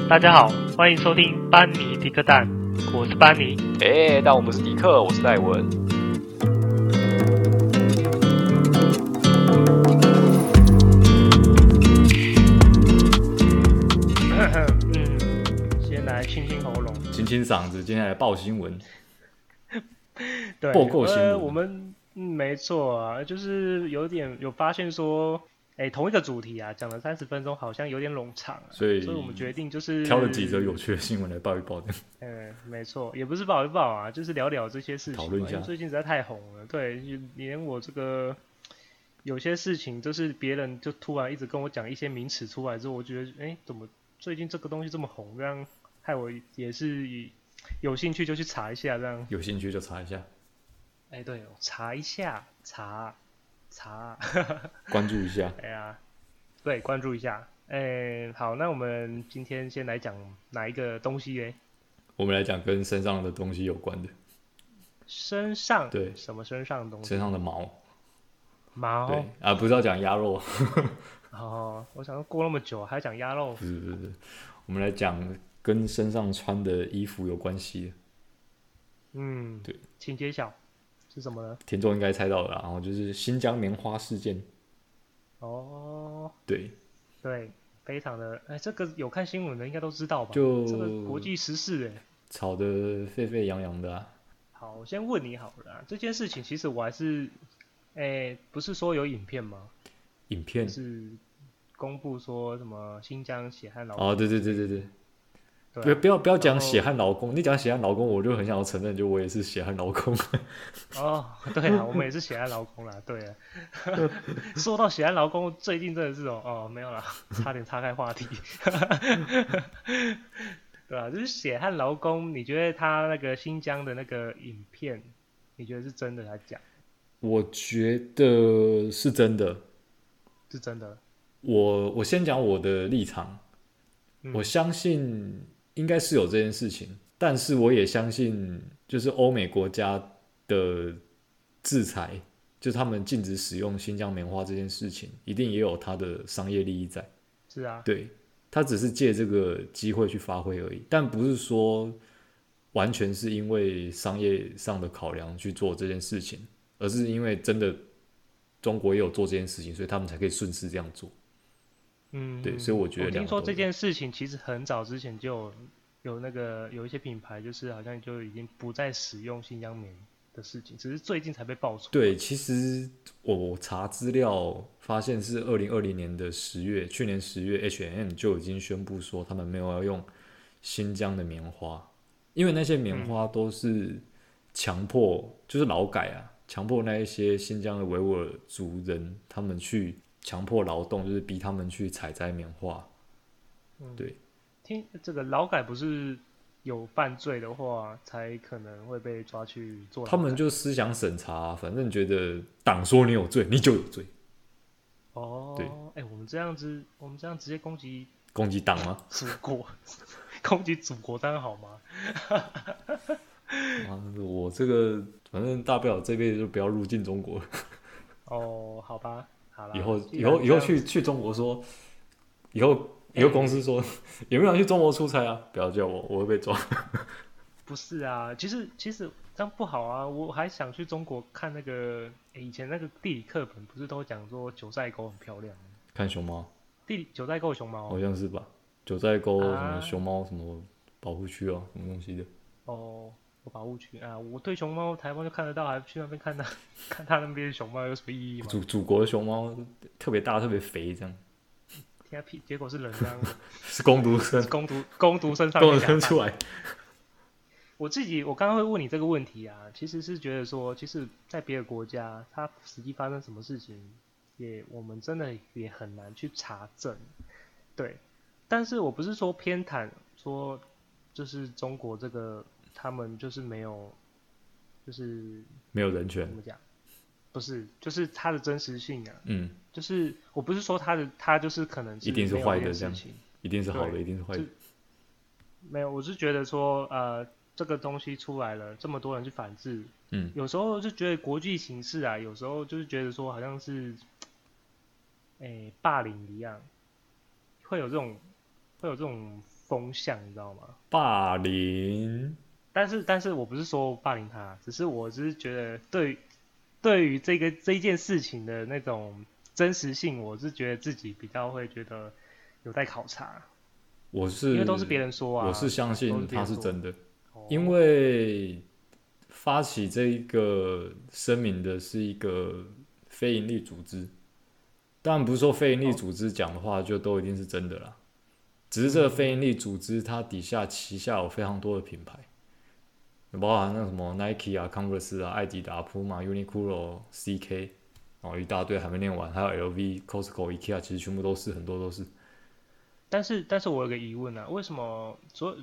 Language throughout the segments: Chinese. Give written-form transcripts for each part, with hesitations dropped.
大家好，欢迎收听班尼迪克蛋，我是班尼。 但我不是迪克，我是戴文。 先来清清喉咙， 清清嗓子，接下来报新闻。 对， 报告新闻。 我们没错啊，就是有发现说，同一个主题啊，讲了30分钟，好像有点冗长、 所以我们决定就是挑了几则有趣的新闻来报一报的。 没错，也不是报一报啊，就是聊聊这些事情， 讨论一下。 因为最近实在太红了，对，连我这个有些事情，就是别人就突然一直跟我讲一些名词出来之后，我觉得，怎么最近这个东西这么红，这样害我也是有兴趣就去查一下，这样。 有兴趣就查一下。 对，查一下，查， 关注一下。 对，关注一下。好，那我们今天先来讲哪一个东西嘞？ 我们来讲跟身上的东西有关的。 身上？ 对， 什么身上的东西？ 身上的毛。 毛？ 对啊，不是要讲鸭肉。 我想说过那么久还要讲鸭肉。 不是，我们来讲跟身上穿的衣服有关系的。对， 请揭晓是什么呢？ 听众应该猜到了啦，然后就是新疆棉花事件。对， 非常的，这个有看新闻的应该都知道吧？ 就这个国际时事吵得沸沸扬扬的啊。 好，我先问你好了啊，这件事情其实我还是，不是说有影片吗？ 影片就是公布说什么新疆血汗劳工。 对，不要讲血汗劳工，你讲血汗劳工，我就很想要承认，就我也是血汗劳工。 对啊，我们也是血汗劳工啦，对啊。说到血汗劳工，最近真的是没有啦，差点岔开话题。对啊，就是血汗劳工，你觉得他那个新疆的那个影片，你觉得是真的还是假的？ 我觉得是真的。 是真的。 我先讲我的立场，我相信应该是有这件事情，但是我也相信，就是欧美国家的制裁，就是他们禁止使用新疆棉花这件事情，一定也有它的商业利益在。 是啊。 对，他只是借这个机会去发挥而已，但不是说完全是因为商业上的考量去做这件事情，而是因为真的中国也有做这件事情，所以他们才可以顺势这样做。对，所以我觉得我听说这件事情其实很早之前就有一些品牌，就是好像就已经不再使用新疆棉的事情，只是最近才被爆出来。 对，其实我查资料发现是2020年的10月，去年10月 H&M 就已经宣布说他们没有要用新疆的棉花，因为那些棉花都是强迫，就是劳改啊，强迫那一些新疆的维吾尔族人他们去强迫劳动，就是逼他们去采摘棉花。对， 听这个劳改不是有犯罪的话，才可能会被抓去做劳改。 他们就思想审查，反正觉得党说你有罪，你就有罪。对， 我们这样直接攻击党吗？ 祖国，攻击祖国，这样好吗？ 我这个反正大不了这辈子就不要入境中国。 好吧，好啦。 以后去中国说，以后公司说有没有人去中国出差啊？不要叫我会被抓。 不是啊，其实这样不好啊，我还想去中国看那个，以前那个地理课本不是都讲说九寨沟很漂亮吗？ 看熊猫。 九寨沟熊猫好像是吧？九寨沟什么熊猫什么保护区啊，什么东西的。 保护区啊，我对熊猫台湾就看得到，还去那边看它那边的熊猫有什么意义吗？ 祖国的熊猫特别大特别肥这样。 结果是人这样。 是工读生。 工读生上面。 工读生出来。 我刚刚会问你这个问题啊，其实是觉得说，其实，在别的国家，它实际发生什么事情，我们真的也很难去查证。对，但是我不是说偏袒，说就是中国这个他们就是没有人权，怎么讲？不是，就是它的真实性啊。就是我不是说它就是可能是一定是坏的这样，一定是好的，一定是坏的。 没有，我是觉得说这个东西出来了，这么多人去反制，有时候就觉得国际形势啊，有时候就是觉得说好像是，霸凌一样，会有这种风向，你知道吗？ 霸凌， 但是我不是说霸凌他，我只是觉得对于这一件事情的那种真实性，我是觉得自己比较会觉得有待考察，因为都是别人说我是啊， 相信都是别人说。 他是真的，因哦， 为发起这一个声明的是一个非营利组织，当然不是说非营利哦， 组织讲的话就都一定是真的啦，只是这个非营嗯， 利组织它旗下有非常多的品牌，包含那什么 Nike 啊、Converse 啊、艾迪达、Puma、Uniqlo、CK， 然后一大堆还没念完，还有 LV、Costco、IKEA，其实全部都是，很多都是。 但是我有个疑问啊，为什么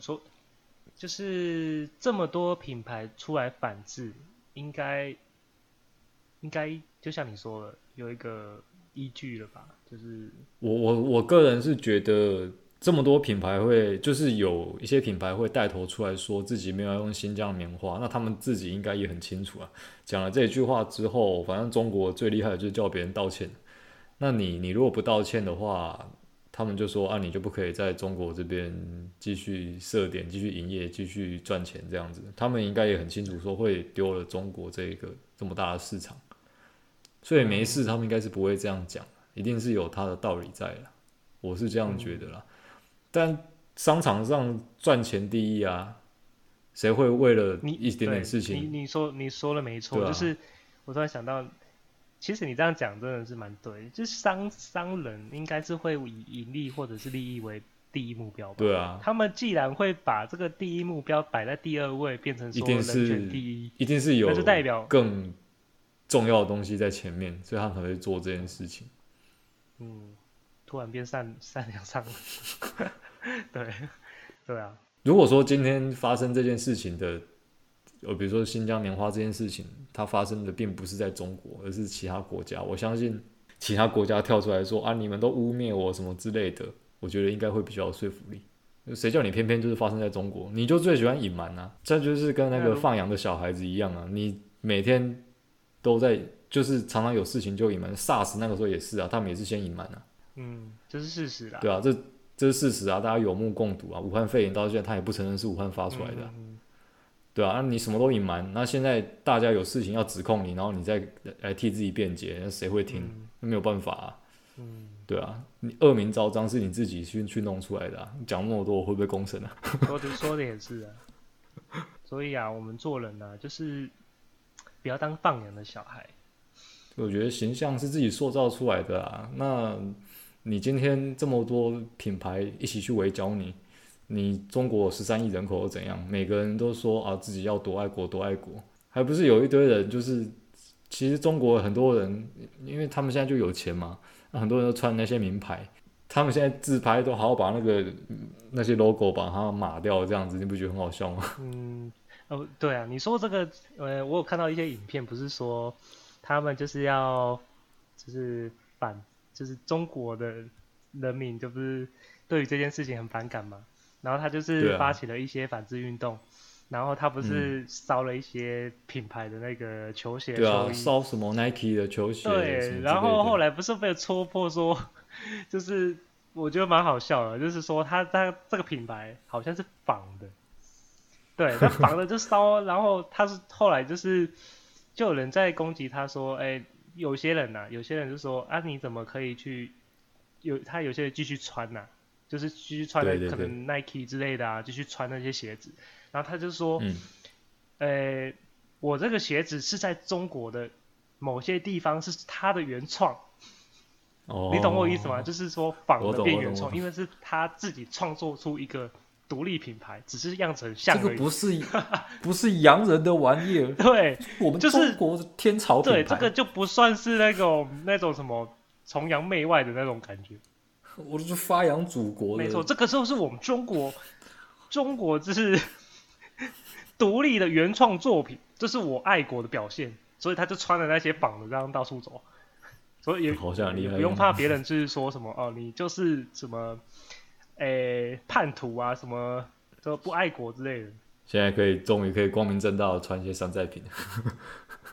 就是这么多品牌出来反制，应该应该就像你说的，有一个依据了吧？就是我个人是觉得这么多品牌会，就是有一些品牌会带头出来说自己没有要用新疆棉花，那他们自己应该也很清楚啊。讲了这一句话之后，反正中国最厉害的就是叫别人道歉。那你如果不道歉的话，他们就说啊，你就不可以在中国这边继续设点、继续营业、继续赚钱这样子。他们应该也很清楚说会丢了中国这个这么大的市场，所以没事，他们应该是不会这样讲，一定是有他的道理在啦，我是这样觉得啦。但商场上赚钱第一啊，谁会为了一点点对事情？ 你说的没错，就对啊， 是我突然想到，其实你这样讲真的是蛮对，就是商人应该是会以盈利或者是利益为第一目标吧。 对啊， 他们既然会把这个第一目标摆在第二位，变成一定说人权是第一， 一定是那就代有表更重要的东西在前面，所以他们才会做这件事情。 嗯，突然变善良上了。对对啊， 如果说今天发生这件事情的，比如说新疆棉花这件事情，它发生的并不是在中国，而是其他国家，我相信其他国家跳出来说啊，你们都污蔑我什么之类的，我觉得应该会比较有说服力。谁叫你偏偏就是发生在中国，你就最喜欢隐瞒啊？这就是跟那那如个放羊的小孩子一样啊，你每天都在，就是常常有事情就隐瞒。SARS 那个时候也是啊，他们也是先隐瞒啊， 这是事实啦。 对啊，这是事实啊，大家有目共睹啊。武汉肺炎到现在他也不承认是武汉发出来的啊、对啊，那你什么都隐瞒，那现在大家有事情要指控你，然后你再来替自己辩解，那谁会听？没有办法啊，对啊，你恶名昭彰是你自己去弄出来的啊，讲那么多我会不会公审啊？ 说的也是啊。所以啊，我们做人啊，就是不要当放羊的小孩。 我觉得形象是自己塑造出来的啊。那你今天这么多品牌一起去围剿你，你中国13亿人口又怎样？每个人都说啊自己要多爱国多爱国，还不是有一堆人就是其实中国很多人，因为他们现在就有钱嘛，那很多人都穿那些名牌，他们现在自拍都还要把那些 logo 把它码掉，这样子你不觉得很好笑吗？ 对啊，你说这个，我有看到一些影片，不是说他们就是要就是反，就是中国的人民就不是对于这件事情很反感嘛，然后他就是对啊， 发起了一些反制运动，然后他不是烧了一些品牌的那个球鞋、 对啊， 球衣， 烧什么 Nike 的球鞋什对， 么之然后后类的， 来不是被戳破说，就是我觉得蛮好笑的，就是说他这个品牌好像是仿的。对，他绑了就烧，然后他是后来就有人在攻击他说，哎，有些人就说啊，你怎么可以去有些人继续穿呐、就是继续穿的对对对， 可能 Nike 之类的啊，继续穿那些鞋子，然后他就说， 嗯， 呃，我这个鞋子是在中国的某些地方是他的原创，你懂我意思吗？ 哦， 就是说仿的我懂变原创， 我懂我懂。 因为是他自己创作出一个独立品牌，只是样成这像而已。 个不是洋人的玩意儿， 对， 我们就是中国的天朝品对这个牌， 就不算是那种什么崇洋媚外的那种感觉。 我都是发扬祖国没错， 的。 这个就是我们中国就是独立的原创作品，这是我爱国的表现。所以他就穿着那些仿的这样到处走，所以好像很厉也害一样。 不用怕别人就是说什么哦，你就是什么叛徒啊，什么都不爱国之类的。 现在终于可以光明正大的穿一些山寨品。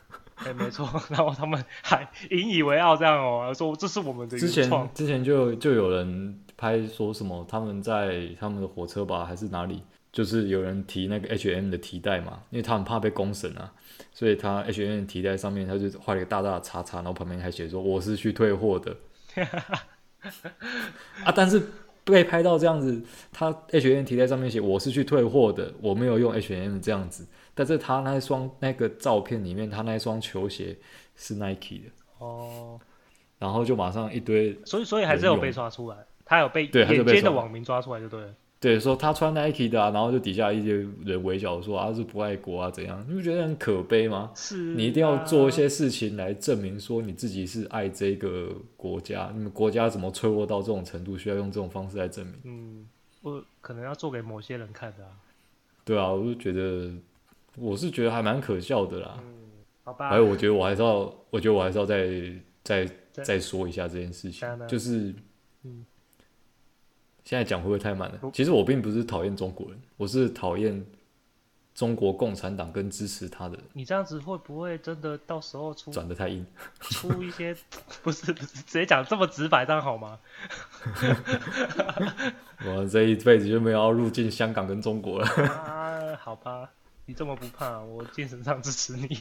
没错，然后他们还引以为傲这样哦，说这是我们的原创。 之前就有人拍说什么他们在他们的火车吧还是哪里，就是有人提那个 H&M 的提袋嘛，因为他们怕被公审啊，所以他 H&M 的提袋上面他就画了一个大大的叉叉，然后旁边还写说我是去退货的啊，但是被拍到这样子，他 H&M 提袋上面写我是去退货的，我没有用 H&M 这样子，但是他那个照片里面，他那一双球鞋是 Nike 的哦， 然后就马上一堆， 所以还是有被抓出来，他有被对，他就眼尖的被抓， 网民抓出来就对了。 对，说他穿 Nike 的啊，然后就底下一些人围剿说啊是不爱国啊怎样，你不觉得很可悲吗？ 是、啊， 你一定要做一些事情来证明说你自己是爱这个国家，你们国家怎么脆弱到这种程度，需要用这种方式来证明？ 嗯，我可能要做给某些人看的啊。 对啊，我是觉得还蛮可笑的啦。 好吧。 还有，我觉得我还是要再说一下这件事情，就是，现在讲会不会太慢了？其实我并不是讨厌中国人，我是讨厌中国共产党跟支持他的人。 你这样子会不会真的到时候转得太硬？ 出一些不是直接讲这么直白，这样好吗？ 我这一辈子就没有要入境香港跟中国了。 啊，好吧，你这么不怕，我精神上支持你。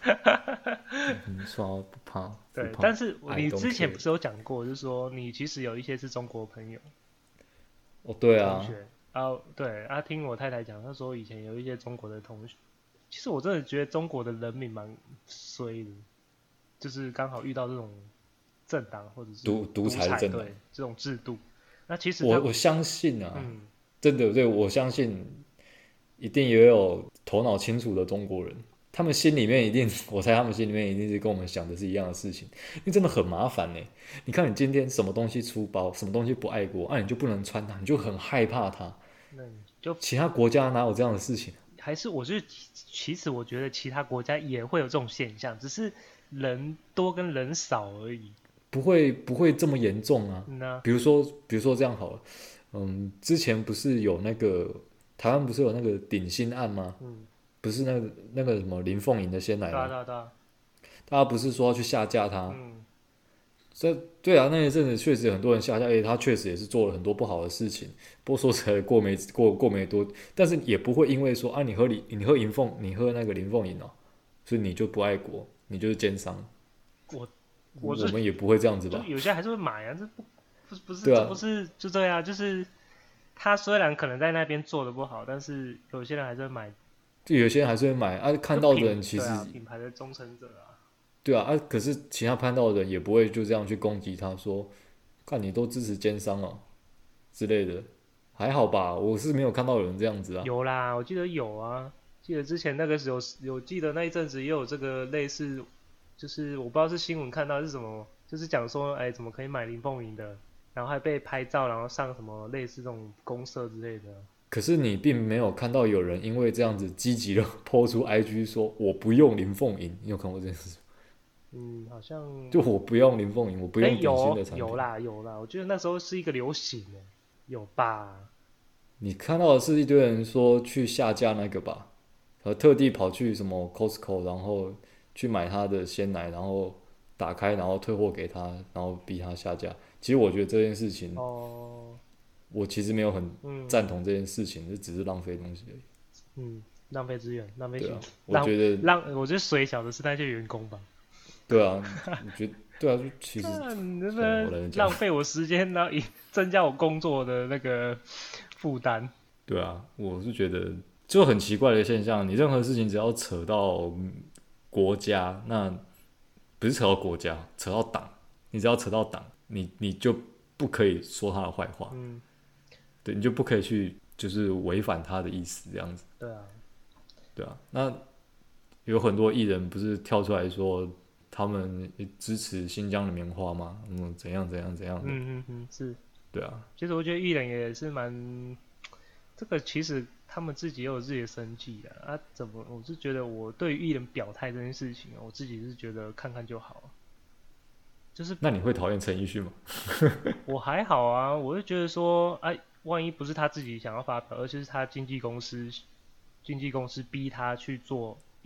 说不怕。 对，但是你之前不是有讲过，就是说你其实有一些是中国朋友。 哦，对啊。 同学对啊，听我太太讲，她说以前有一些中国的同学，其实我真的觉得中国的人民蛮衰的，就是刚好遇到这种政党或者是独裁的政党这种制度。那其实我相信啊，真的对，我相信一定也有头脑清楚的中国人。他们心里面一定，我猜他们心里面一定是跟我们想的是一样的事情，因为真的很麻烦呢。你看你今天什么东西出包，什么东西不爱国，你就不能穿它，你就很害怕它。其他国家哪有这样的事情？ 还是其实我觉得其他国家也会有这种现象，只是人多跟人少而已。 不会这么严重啊。比如说这样好了，之前不是有那个台湾不是有那个顶新案吗？不是那个什么林凤营的鲜奶吗？大家不是说要去下架他？对啊，那一阵子确实有很多人下架，他确实也是做了很多不好的事情。不过说起来过没多，但是也不会因为说你喝那个林凤营哦，所以你就不爱国，你就是奸商。我们也不会这样子吧？ 就有些还是会买啊，不是、 对啊、 这不是就这样，就是他虽然可能在那边做的不好，但是有些人还是会买。 就有些人还是会买啊，看到的人其实品牌的忠诚者啊。 对啊，可是其他看到的人也不会就这样去攻击他说，看你都支持奸商哦之类的，还好吧？我是没有看到有人这样子啊。 有啦，我记得有啊，记得之前那个时候有记得那一阵子也有这个类似，就是我不知道是新闻看到是什么，就是讲说，怎么可以买林凤营的，然后还被拍照，然后上什么类似这种公社之类的。 可是你并没有看到有人因为这样子积极的po出 IG 说我不用林凤营，你有看过这件事？ 好像就我不用林凤营，我不用顶新的产品。 有啦，我觉得那时候是一个流行的，有吧？ 你看到的是一堆人说去下架那个吧，特地跑去什么 Costco， 然后去买他的鲜奶，然后打开，然后退货给他，然后逼他下架。其实我觉得这件事情，我其实没有很赞同这件事情，这只是浪费东西而已。 浪费资源，浪费钱。 我觉得水小的是那些员工吧。 对啊，我觉得对啊，就其实你真的浪费我时间，然后增加我工作的那个负担。 对啊，我是觉得就很奇怪的现象，你任何事情只要扯到国家，那不是扯到国家，扯到党，你只要扯到党，你就不可以说他的坏话。对，你就不可以去就是违反他的意思这样子。对啊，那有很多艺人不是跳出来说他们支持新疆的棉花吗？怎样的。 是。 对啊。 其实我觉得艺人也是蛮，这个其实他们自己也有自己的生计啊。我是觉得我对于艺人表态这件事情，我自己是觉得看看就好。就是那你会讨厌陈奕迅吗？ 我还好啊，我就觉得说，万一不是他自己想要发表，而且是他经纪公司逼他去做，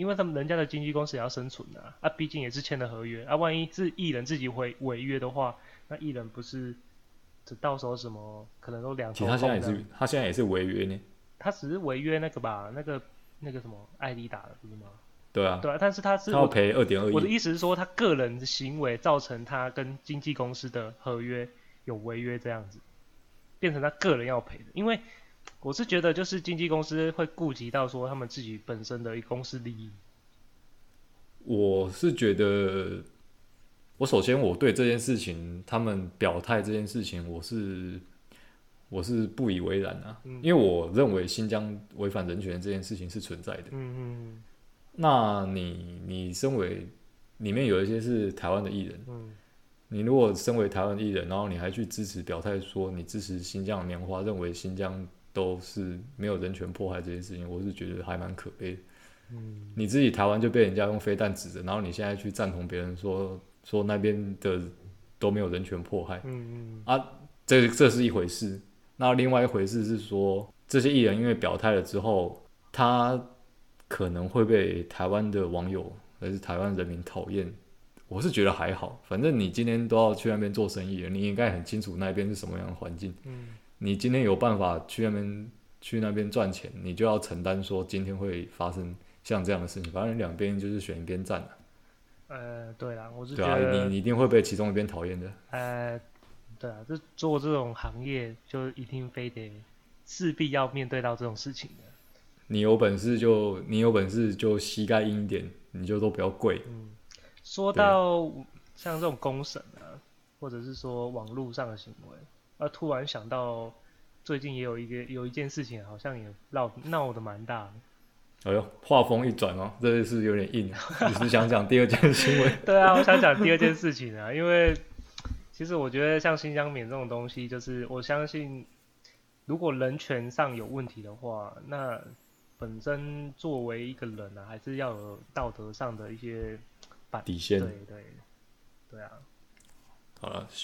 因为他们人家的经纪公司也要生存啊，毕竟也是签了合约啊，万一是艺人自己违约的话，那艺人不是到时候什么可能都两头空。 他现在也是违约呢。 他只是违约那个吧，那个什么艾迪达的不是吗？ 对啊， 对啊，但是他要赔2.2亿。 我的意思是说，他个人的行为造成他跟经纪公司的合约有违约这样子，变成他个人要赔的。因为我是觉得，就是经纪公司会顾及到说他们自己本身的公司利益。 我是觉得，首先我对这件事情，他们表态这件事情，我是不以为然啊，因为我认为新疆违反人权这件事情是存在的。那你身为里面有一些是台湾的艺人，你如果身为台湾的艺人，然后你还去支持表态说你支持新疆的棉花，认为新疆都是没有人权迫害这件事情，我是觉得还蛮可悲的。你自己台湾就被人家用飞弹指着，然后你现在去赞同别人说那边的都没有人权迫害，这是一回事。那另外一回事是说，这些艺人因为表态了之后，他可能会被台湾的网友还是台湾人民讨厌。我是觉得还好，反正你今天都要去那边做生意了，你应该很清楚那边是什么样的环境。你今天有办法去那边赚钱，你就要承担说今天会发生像这样的事情，反正两边就是选一边站对啦，我是觉得， 对啊， 你一定会被其中一边讨厌的。 对啊，做这种行业就一定非得势必要面对到这种事情的。 你有本事就膝盖硬一点，你就都不要跪。 说到像这种公审啊，或者是说网络上的行为，突然想到最近也有一件事情，好像也闹得蛮大的。 哎呦，话锋一转哦，这是有点硬。你是想讲第二件新闻？ 对啊，我想讲第二件事情啊，因为其实我觉得像新疆棉这种东西，就是我相信，如果人权上有问题的话，那本身作为一个人啊，还是要有道德上的一些底线。 对啊。 好了，希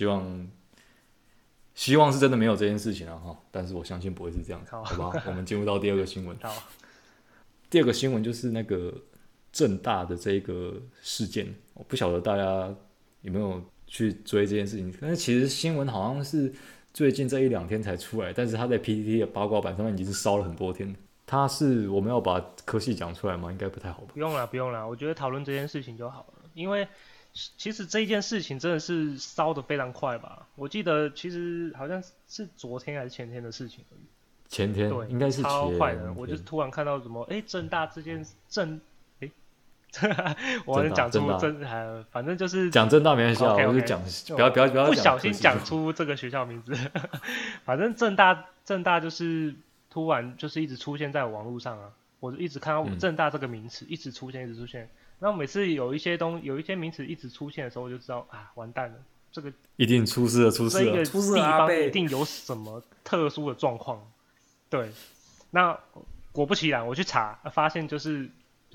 望是真的没有这件事情啊哈，但是我相信不会是这样子，好不好？我们进入到第二个新闻。 好。 第二个新闻就是那个政大的这个事件，我不晓得大家有没有去追这件事情，但是其实新闻好像是最近这1-2天才出来，但是他在 PTT 的八卦版上面已经是烧了很多天。我们要把科系讲出来吗？应该不太好吧？ 不用啦，我觉得讨论这件事情就好了，因为其实这一件事情真的是烧得非常快吧？我记得其实好像是昨天还是前天的事情而已。 前天，对，应该是超快的。我就突然看到什么，政大这件我好像讲出反正就是讲政大没关系，我就讲不小心讲出这个学校名字。反正政大就是突然就是一直出现在网络上啊，我就一直看到政大这个名词一直出现。然后每次有一些名词一直出现的时候，我就知道啊，完蛋了，这个一定出事了， 这个地方一定有什么特殊的状况。对，那果不其然，我去查，发现就是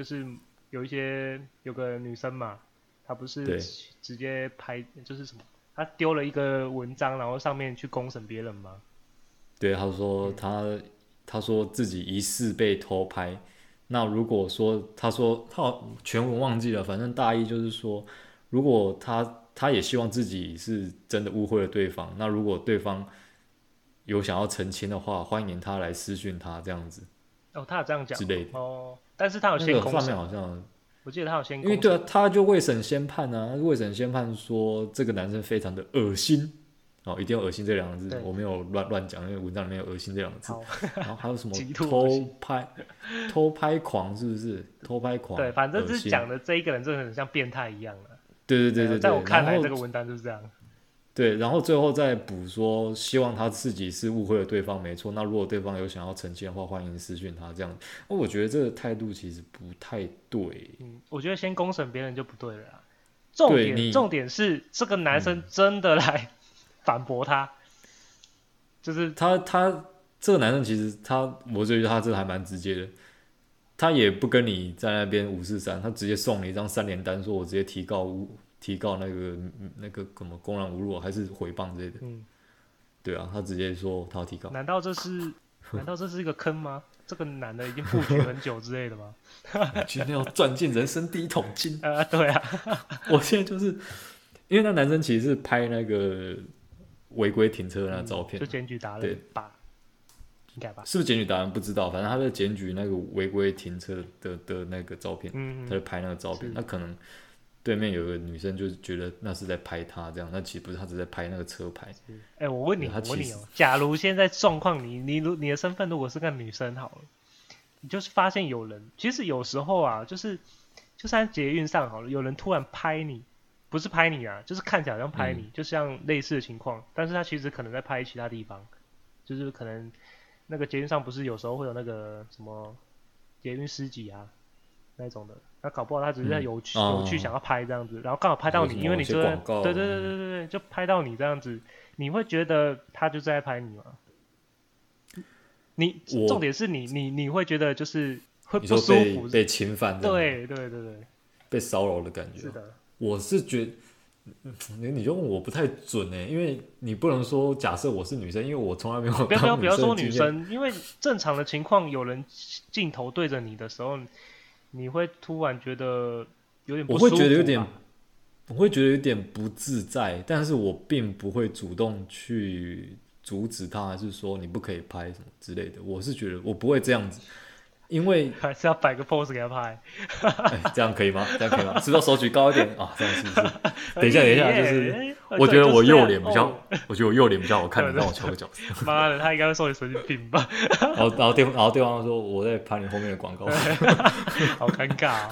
有个女生嘛，她不是直接拍，就是什么，她丢了一个文章，然后上面去公审别人嘛。 对，她说自己疑似被偷拍。那如果说她全文忘记了，反正大意就是说，如果她也希望自己是真的误会了对方，那如果对方有想要澄清的话，欢迎他来私讯他这样子。 他有这样讲之类的但是他有先公审， 上面好像我记得他有先公审， 因为对啊，他就未审先判啊，未审先判说这个男生非常的恶心一定要恶心这两个字，我没有乱讲，因为文章里面有恶心这两个字。然后还有什么偷拍狂是不是？偷拍狂， 对，反正就是讲的这一个人真的很像变态一样了。 对， 在我看来这个文章就是这样。 对，然后最后再补说，希望他自己是误会了对方，没错。那如果对方有想要澄清的话，欢迎私讯他这样。我觉得这个态度其实不太对。 我觉得先公审别人就不对了啦。重点是这个男生真的来反驳他，就是他这个男生其实我觉得他这个还蛮直接的，他也不跟你在那边543，他直接送你一张3联单，说我直接提告那个什么公然侮辱还是诽谤之类的。对啊，他直接说他要提告。 难道这是难道这是一个坑吗？这个男的已经布局很久之类的吗？ 今天要赚进人生第一桶金。 对啊， 我现在就是因为那男生其实是拍那个违规停车的那照片， 就检举达人吧，应该吧？ 是不是检举达人不知道，反正他在检举那个违规停车的那个照片，他就拍那个照片，那可能对面有个女生就觉得那是在拍他这样，那其实不是，他只是在拍那个车牌。 我问你哦，假如现在状况你的身份如果是个女生好了，你就是发现有人，其实有时候啊，就算捷运上好了，有人突然拍你，不是拍你啊，就是看起来好像拍你，就像类似的情况，但是他其实可能在拍其他地方，就是可能那个捷运上不是有时候会有那个什么捷运司机啊那种的，那搞不好他只是在有趣想要拍这样子，然后刚好拍到你，因为你就对，就拍到你这样子，你会觉得他就在拍你吗？重点是你会觉得就是会不舒服， 被侵犯， 对， 被骚扰的感觉。 是的， 我是觉得。你就问我不太准因为你不能说假设我是女生，因为我从来没有当女生的经验。 不要说女生，因为正常的情况，有人镜头对着你的时候，你会突然觉得有点不舒服，我会觉得有点不自在，但是我并不会主动去阻止他，还是说你不可以拍什么之类的。我是觉得我不会这样子。因为还是要摆个 pose 给他拍， 这样可以吗？是不是要手举高一点啊？这样是不是？等一下，就是我觉得我右脸比较，我觉得我右脸比较好看，你让我求个角色。 妈的，他应该会说你神经病吧？ 然后对方说我在拍你后面的广告， 好尴尬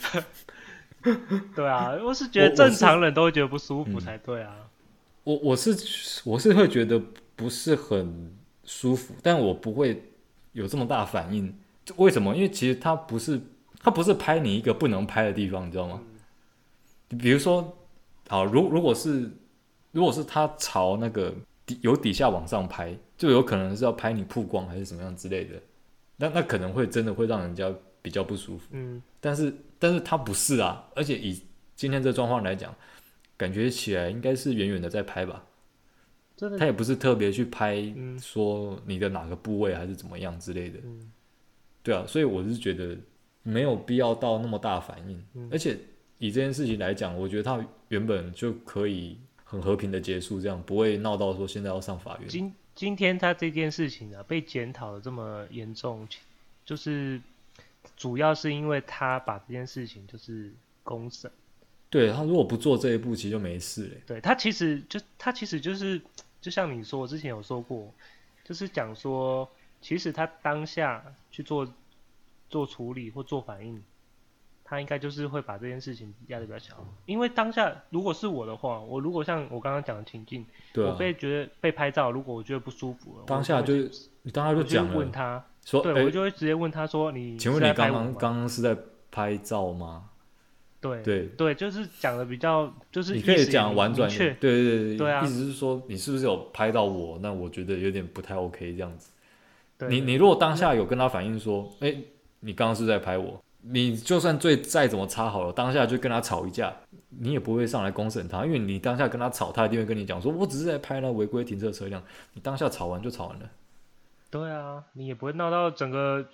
对啊，我是觉得正常人都会觉得不舒服才对啊。 我是会觉得不是很舒服，但我不会有这么大反应。为什么？因为其实他不是拍你一个不能拍的地方，你知道吗？比如说，好，如果是他朝那个由底下往上拍，就有可能是要拍你曝光还是怎么样之类的，那可能会真的会让人家比较不舒服。但是他不是啊，而且以今天这状况来讲，感觉起来应该是远远的在拍吧。他也不是特别去拍说你的哪个部位还是怎么样之类的。对啊，所以我是觉得没有必要到那么大反应，而且以这件事情来讲，我觉得他原本就可以很和平的结束，这样不会闹到说现在要上法院。 今天他这件事情啊被检讨的这么严重，就是主要是因为他把这件事情就是公审。 对，他如果不做这一步，其实就没事了。 对，他其实就是就像你说，我之前有说过，就是讲说。其实他当下去做处理或做反应，他应该就是会把这件事情压得比较小。因为当下如果是我的话，我如果像我刚刚讲的情境，我觉得被拍照，如果我觉得不舒服了， 当下你当下就讲了， 问他说， 对，我就会直接问他说， 请问你刚刚是在拍照吗？ 对，就是讲的比较，就是你可以讲婉转一点，对啊， 意思是说你是不是有拍到我？那我觉得有点不太 OK 这样子。你如果当下有跟他反映说，你刚刚是在拍我，你就算再怎么差好了，当下就跟他吵一架，你也不会上来公审他，因为你当下跟他吵，他一定会跟你讲说，我只是在拍那违规停车车辆，你当下吵完就吵完了。 对啊，你也不会闹到整个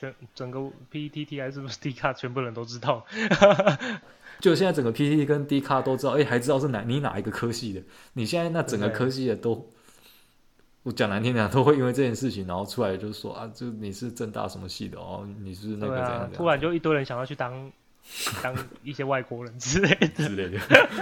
PTT 还是不是 D 卡全部人都知道。 就现在整个 PTT 跟 D 卡都知道，还知道是你哪一个科系的，你现在那整个科系的都。我讲难听点，都会因为这件事情，然后出来就说啊，就你是政大什么系的哦，你是那个怎样？ 突然就一堆人想要去当一些外国人之类的。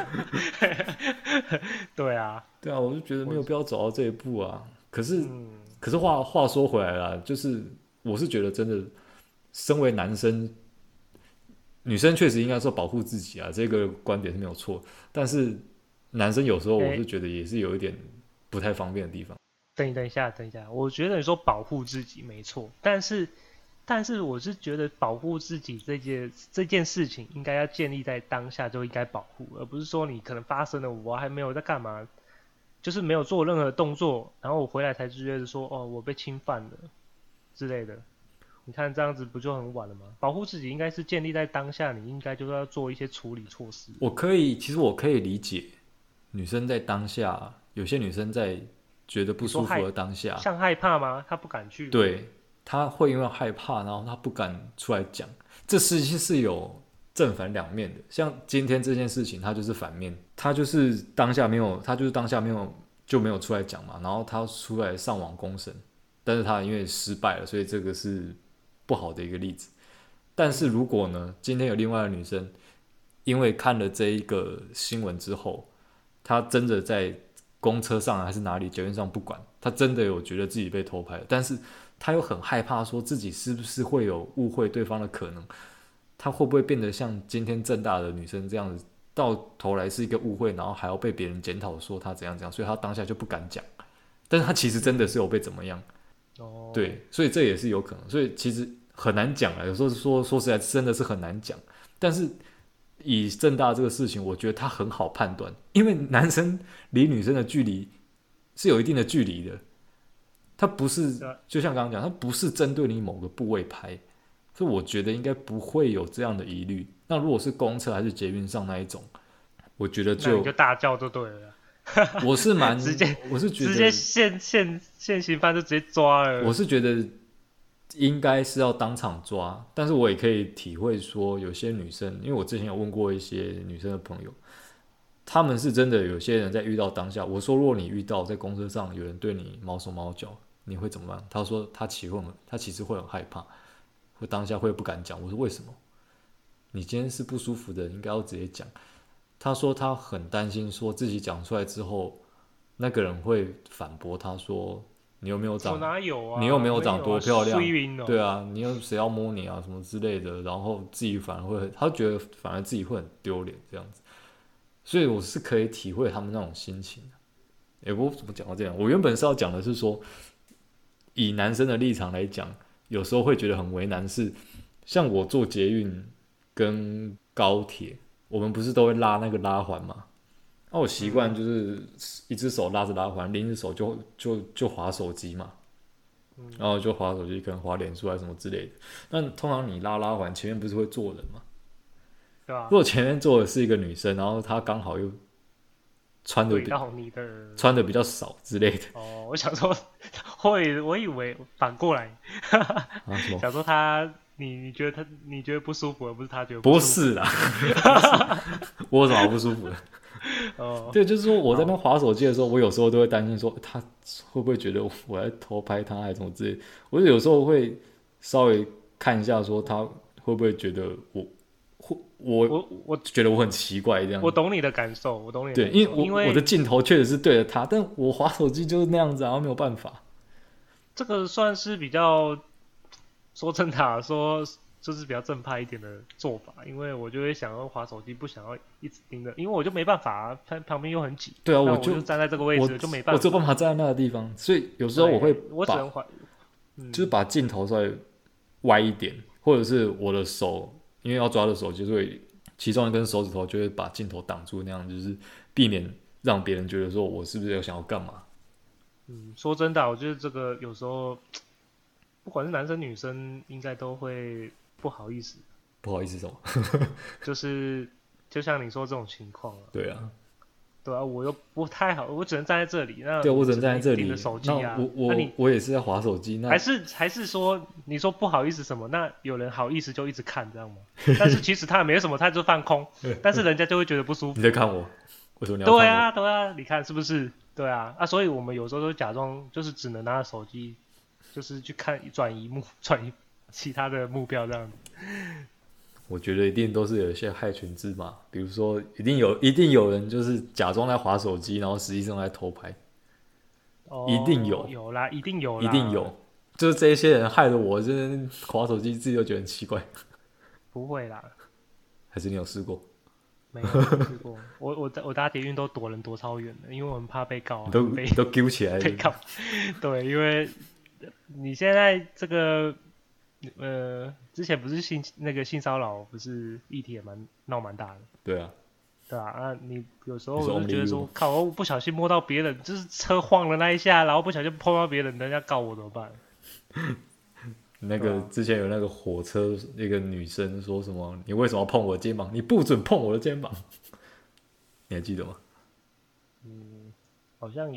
对啊， 我就觉得没有必要走到这一步啊。可是话说回来啦，就是我是觉得真的，身为男生，女生确实应该说保护自己啊，这个观点是没有错。但是男生有时候我是觉得也是有一点不太方便的地方。 等一下，我觉得你说保护自己没错，但是我是觉得保护自己这件事情应该要建立在当下就应该保护，而不是说你可能发生了，我还没有在干嘛，就是没有做任何动作，然后我回来才觉得说我被侵犯了之类的。你看这样子不就很晚了吗？保护自己应该是建立在当下，你应该就是要做一些处理措施。 其实我可以理解女生在当下，有些女生在觉得不舒服的当下， 像害怕吗？他不敢去。 对，他会因为害怕，然后他不敢出来讲。这事情是有正反两面的。像今天这件事情，他就是反面，他就是当下没有，就没有出来讲嘛。然后他出来上网公审，但是他因为失败了，所以这个是不好的一个例子。但是如果呢，今天有另外的女生，因为看了这一个新闻之后，她真的在公车上还是哪里捷运上不管，她真的有觉得自己被偷拍，但是她又很害怕说自己是不是会有误会对方的可能，她会不会变得像今天政大的女生这样子，到头来是一个误会，然后还要被别人检讨说她怎样怎样，所以她当下就不敢讲，但是她其实真的是有被怎么样，对，所以这也是有可能，所以其实很难讲啊，有时候说实在真的是很难讲，但是以政大这个事情，我觉得他很好判断，因为男生离女生的距离是有一定的距离的，他不是就像刚刚讲，他不是针对你某个部位拍，所以我觉得应该不会有这样的疑虑。那如果是公车还是捷运上那一种，我觉得那你就大叫就对了。 我是直接觉得直接现行犯就直接抓了。 我是觉得应该是要当场抓，但是我也可以体会说，有些女生，因为我之前有问过一些女生的朋友，他们是真的有些人在遇到当下，我说如果你遇到在公车上有人对你毛手毛脚，你会怎么办？他说他其实会很害怕，会当下会不敢讲。我说为什么？你今天是不舒服的，应该要直接讲。他说他很担心，说自己讲出来之后，那个人会反驳他说你有没有长？ 我哪有啊？ 你又没有长多漂亮？ 哦、 对啊，你又谁要摸你啊什么之类的，然后自己反而会，他觉得反而自己会很丢脸这样子。所以我是可以体会他们那种心情的。也不怎么讲到这样，我原本是要讲的是说，以男生的立场来讲，有时候会觉得很为难是，像我坐捷运跟高铁，我们不是都会拉那个拉环吗？那我习惯就是一只手拉着拉环，另一只手就滑手机嘛，然后就滑手机，可能滑脸书还是什么之类的。那通常你拉拉环，前面不是会坐人吗？ 对啊。 如果前面坐的是一个女生，然后她刚好又穿的比较少之类的。 哦，我想说，我以为反过来，想说你觉得不舒服，而不是他觉得不舒服。 不是啦，我有什么好不舒服的？哦，对，就是说我在那滑手机的时候，我有时候都会担心说他会不会觉得我在偷拍他，还是什么之类的。我有时候会稍微看一下，说他会不会觉得我觉得我很奇怪这样。 我懂你的感受， 对，因为我的镜头确实是对着他，但我滑手机就是那样子，然后没有办法。 这个算是比较说真的啊，说就是比较正派一点的做法，因为我就会想要滑手机，不想要一直盯着，因为我就没办法啊，旁边又很挤。 对啊， 我就站在这个位置，就没办法。 我只有办法站在那个地方，所以有时候我只能滑， 就是把镜头稍微歪一点，或者是我的手，因为要抓的手，就是会其中一根手指头就会把镜头挡住，那样就是避免让别人觉得说我是不是有想要干嘛。 说真的，我觉得这个有时候不管是男生女生，应该都会不好意思。 不好意思什么？ 就像你说这种情况啊。 对啊。 对啊，我又不太好，我只能站在这里。那对，我只能站在这里。 盯着手机啊。 我也是在滑手机。那还是说你说不好意思什么？那有人好意思就一直看这样吗？但是其实他也没什么，他就放空，但是人家就会觉得不舒服。 你在看我？为什么你要看我？ 对啊，你看是不是？对啊，所以我们有时候都假装就是只能拿着手机，就是去看转移其他的目标这样子。 我觉得一定都是有一些害群之马，比如说一定有人就是假装在滑手机，然后实际上在偷拍。一定有啦，一定有， 就是这些人害得我真的滑手机自己都觉得很奇怪。 不会啦， 还是你有试过？ 没有试过，我搭捷运都躲人躲超远的，因为我很怕被告、啊， 都揪起来被告。对，因为你现在这个之前不是性骚扰不是议题也闹蛮大的。 对啊。 对啊，你有时候我就觉得说，靠，我不小心摸到别人，就是车晃了那一下，然后不小心碰到别人，人家告我怎么办？ 那个之前有那个火车，那个女生说什么？你为什么要碰我的肩膀？你不准碰我的肩膀！你还记得吗？ 好像有。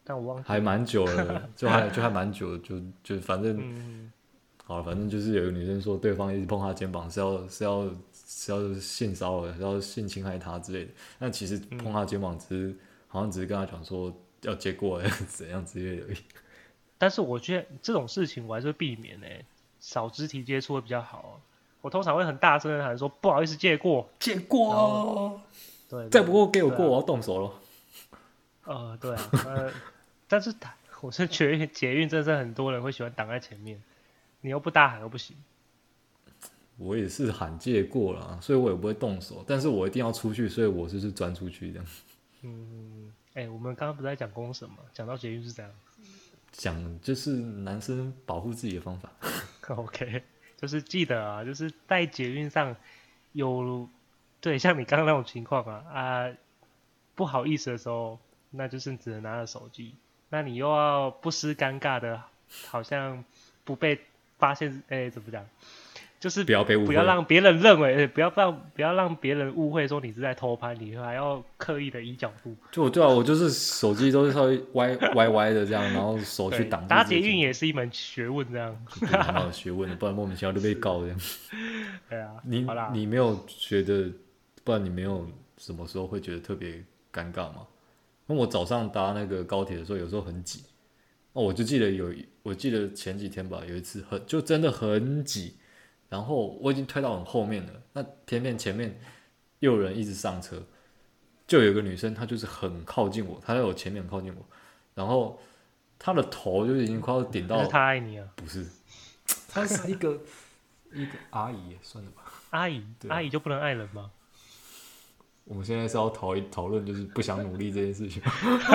但我忘记还蛮久了，就还蛮久的，就反正。好了，反正就是有一个女生说对方一直碰她肩膀是要性骚扰，是要性侵害她之类的。但其实碰她肩膀好像只是跟她讲说要接过来怎样之类的而已。 但是我觉得这种事情我还是会避免少肢体接触会比较好。我通常会很大声的喊说不好意思借过， 借过， 对， 再不过给我过，我要动手了。 对啊，但是我是觉得捷运真的是很多人会喜欢挡在前面，你又不大喊又不行。 我也是喊借过了，所以我也不会动手，但是我一定要出去，所以我就是钻出去这样。 我们刚刚不是在讲公审嘛，讲到捷运是这样。 讲就是男生保护自己的方法。 OK， 就是记得啊，就是在捷运上对像你刚刚那种情况不好意思的时候，那就是只能拿着手机。那你又要不失尴尬的，好像不被发现，怎么讲？就是不要被误会， 不要让别人认为，不要让别人误会说你是在偷拍，你还要刻意的移角度。 对啊，我就是手机都是稍微歪的这样，然后手去挡住。 搭捷运也是一门学问，这样。 蛮有学问的，不然莫名其妙就被告这样。 对啊， 你没有觉得，不然你没有什么时候会觉得特别尴尬吗？因为我早上搭那个高铁的时候，有时候很挤。我就记得我记得前几天吧，有一次就真的很挤。然后我已经推到很后面了，那偏偏前面又有人一直上车，就有一个女生，她就是很靠近我，她在我前面很靠近我，然后她的头就已经快要顶到。 是她爱你啊？ 不是，她是一个阿姨，算了吧。 阿姨就不能爱人吗？ 我们现在是要讨论就是不想努力这件事情。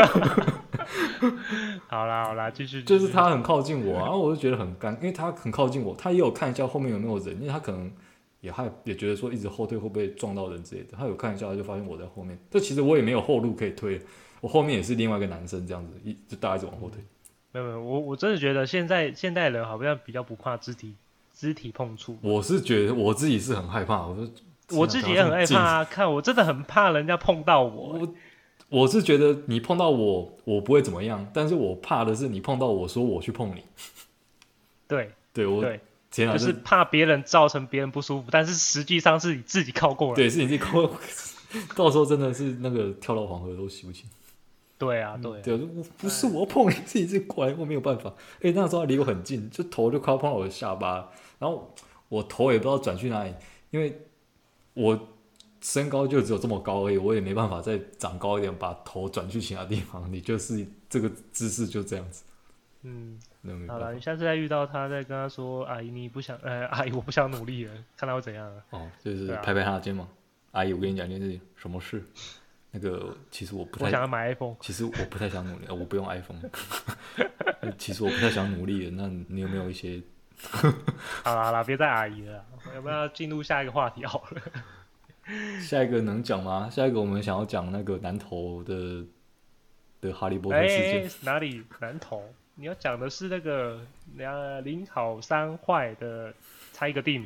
好啦，继续。 就是他很靠近我，然后我就觉得很干，因为他很靠近我，他也有看一下后面有没有人，因为他可能也觉得说一直后退会不会撞到人之类的，他有看一下，他就发现我在后面。这其实我也没有后路可以推，我后面也是另外一个男生这样子，就大家一直往后退。 没有，我真的觉得现代人好像比较不怕肢体碰触。 我是觉得我自己是很害怕， 我自己也很害怕啊，看我真的很怕人家碰到我。 我是觉得你碰到我不会怎么样，但是我怕的是你碰到我说我去碰你。对，天啊， 就是怕别人造成别人不舒服，但是实际上是你自己靠过来。 对，是你自己靠过来，到时候真的是那个跳到黄河都洗不清。 对啊， 不是我碰你，自己是过来，我没有办法。那时候他离我很近，就头就快要碰到我的下巴，然后我头也不知道转去哪里，因为我身高就只有这么高而已，我也没办法再长高一点，把头转去其他地方。你就是这个姿势就这样子。 好了，你下次再遇到他，再跟他说：“阿姨，阿姨，我不想努力了，看他会怎样啊？” 就是拍拍他的肩膀，阿姨，我跟你讲一件事情，什么事？那个其实我想要买 iPhone， 其实我不太想努力，我不用 iPhone。其实我不太想努力了，那你有没有一些？ 好啦，别再阿姨了，要不要进入下一个话题好了？ 下一个能讲吗？下一个我们想要讲那个南投的哈利波特事件。 哪里南投？你要讲的是那个林好山坏的，猜一个地名。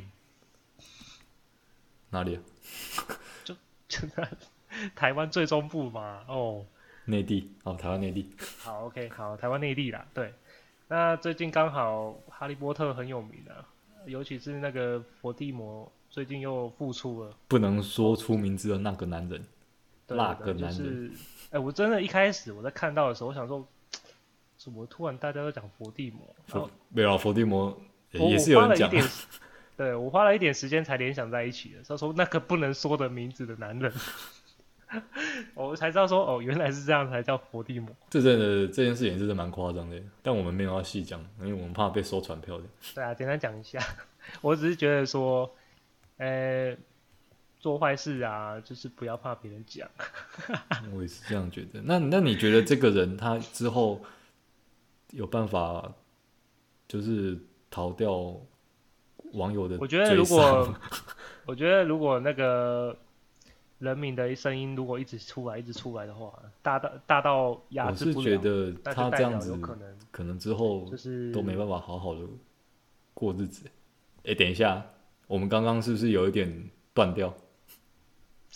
哪里啊？ 就台湾最中部嘛。 内地。台湾内地。 好 ，OK， 好，台湾内地啦。对，那最近刚好哈利波特很有名啊，尤其是那个伏地魔最近又复出了。 不能说出名字的那个男人。 那个男人。我真的一开始我在看到的时候，我想说，怎么突然大家都讲伏地魔？ 没有，伏地魔也是有人讲。 对，我花了一点时间才联想在一起的。他说那个不能说的名字的男人。我才知道说原来是这样才叫伏地魔。 这件事情真的蛮夸张的，但我们没有要细讲，因为我们怕被收传票的。 对啊，简单讲一下。我只是觉得说，做坏事啊，就是不要怕别人讲。 我也是这样觉得。那你觉得这个人他之后有办法就是逃掉网友的追杀？ 我觉得如果那个人民的声音如果一直出来的话，大到压制不了。 我是觉得他这样子可能之后就是都没办法好好的过日子。等一下，我们刚刚是不是有一点断掉？ 是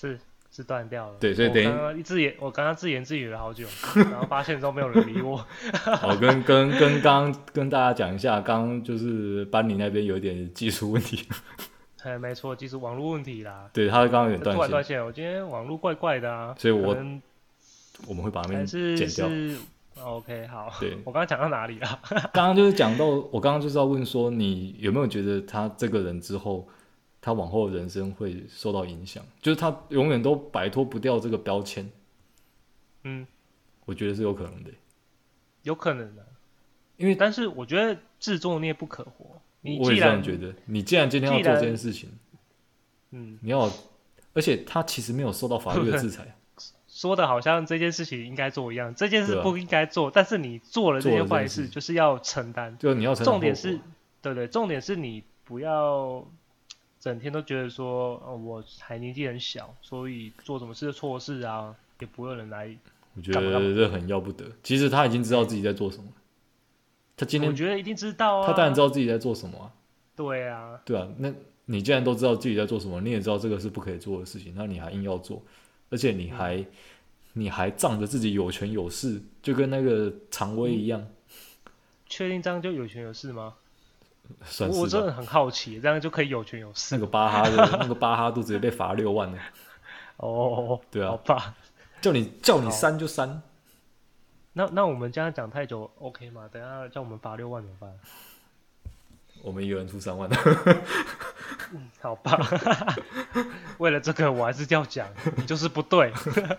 是断掉了。 对，所以等于我刚刚自言自语了好久，然后发现都没有人理我。 好，跟大家讲一下，刚刚就是班尼那边有一点技术问题。 没错，其实网络问题啦。 对，他刚刚有点突然断线，我今天网络怪怪的啊。 所以我们会把那边剪掉。 OK， 好。 对， 我刚刚讲到哪里了？ 刚刚就是讲到，我刚刚就是要问说，你有没有觉得他这个人之后，他往后的人生会受到影响？就是他永远都摆脱不掉这个标签。我觉得是有可能的。 有可能的，但是我觉得自作孽不可活。 我也这样觉得。你既然今天要做这件事情，你要，而且他其实没有受到法律的制裁。 说的好像这件事情应该做一样，这件事不应该做，但是你做了这件坏事，就是要承担。 就你要承担。 重点是，对，重点是你不要整天都觉得说，我还年纪很小，所以做什么事错事啊，也不会有人来。 我觉得这很要不得。其实他已经知道自己在做什么。他今天我觉得一定知道啊。 他当然知道自己在做什么啊。 对啊。 对啊，那你既然都知道自己在做什么，你也知道这个是不可以做的事情，那你还硬要做，而且你还仗着自己有权有势，就跟那个常威一样。 确定这样就有权有势吗？ 算是吧。 我真的很好奇，这样就可以有权有势。 那个巴哈都直接被罚6万了。 哦， 对啊， 好吧。 叫你删就删。 那我们这样讲太久 OK 吗？等一下叫我们罚6万怎么办？ 我们一个人出3万。 好吧。为了这个我还是要讲，你就是不对。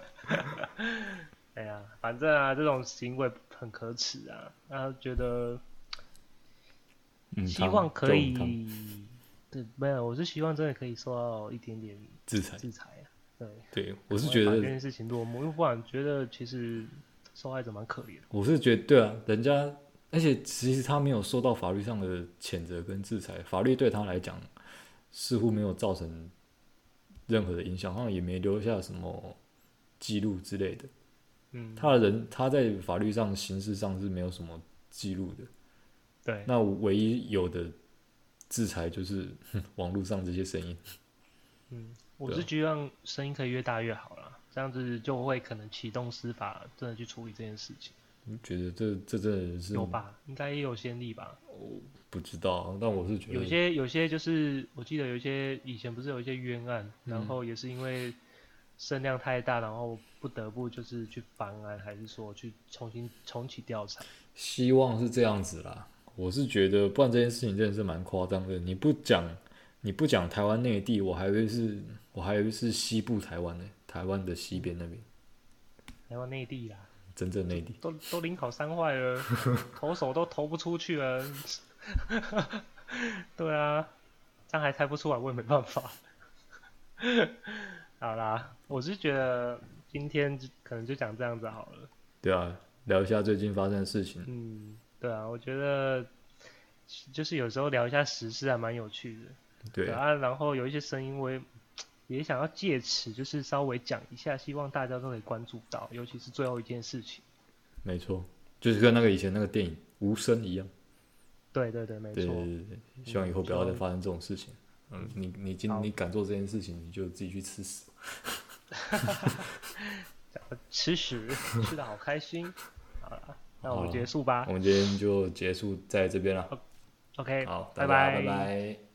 哎呀，反正啊，这种行为很可耻啊。觉得希望可以，对，没有，我是希望真的可以受到一点点制裁啊。 对，我是觉得这件事情落幕，因为不然觉得其实受害者蛮可怜的。 我是觉得对啊，人家，而且其实他没有受到法律上的谴责跟制裁，法律对他来讲似乎没有造成任何的影响，好像也没留下什么记录之类的。他在法律上、刑事上是没有什么记录的。 对。 那唯一有的制裁就是网络上这些声音。 我是希望声音可以越大越好啦，这样子就会可能启动司法真的去处理这件事情。 你觉得这真的是有吧？应该也有先例吧？ 我不知道，但我是觉得有些就是我记得有一些以前不是有一些冤案，然后也是因为声量太大，然后不得不就是去翻案，还是说去重启调查？ 希望是这样子啦。我是觉得，不然这件事情真的是蛮夸张的。你不讲台湾内地，我还以为是西部台湾呢，台湾的西边那边。 台湾内地啦。 真正内地都临考3坏了，投手都投不出去了。对啊，这样还猜不出来，我也没办法。好啦，我是觉得今天可能就讲这样子好了。 对啊，聊一下最近发生的事情。 对啊，我觉得就是有时候聊一下时事还蛮有趣的。 对啊，然后有一些声音我也想要借此就是稍微讲一下，希望大家都可以关注到，尤其是最后一件事情。 没错，就是跟那个以前那个电影《无声》一样。 对，没错。 对，希望以后不要再发生这种事情。你敢做这件事情，你就自己去吃屎。 吃屎，吃得好开心。好了，那我们结束吧。 我们今天就结束在这边了。 OK， 好， 拜拜拜。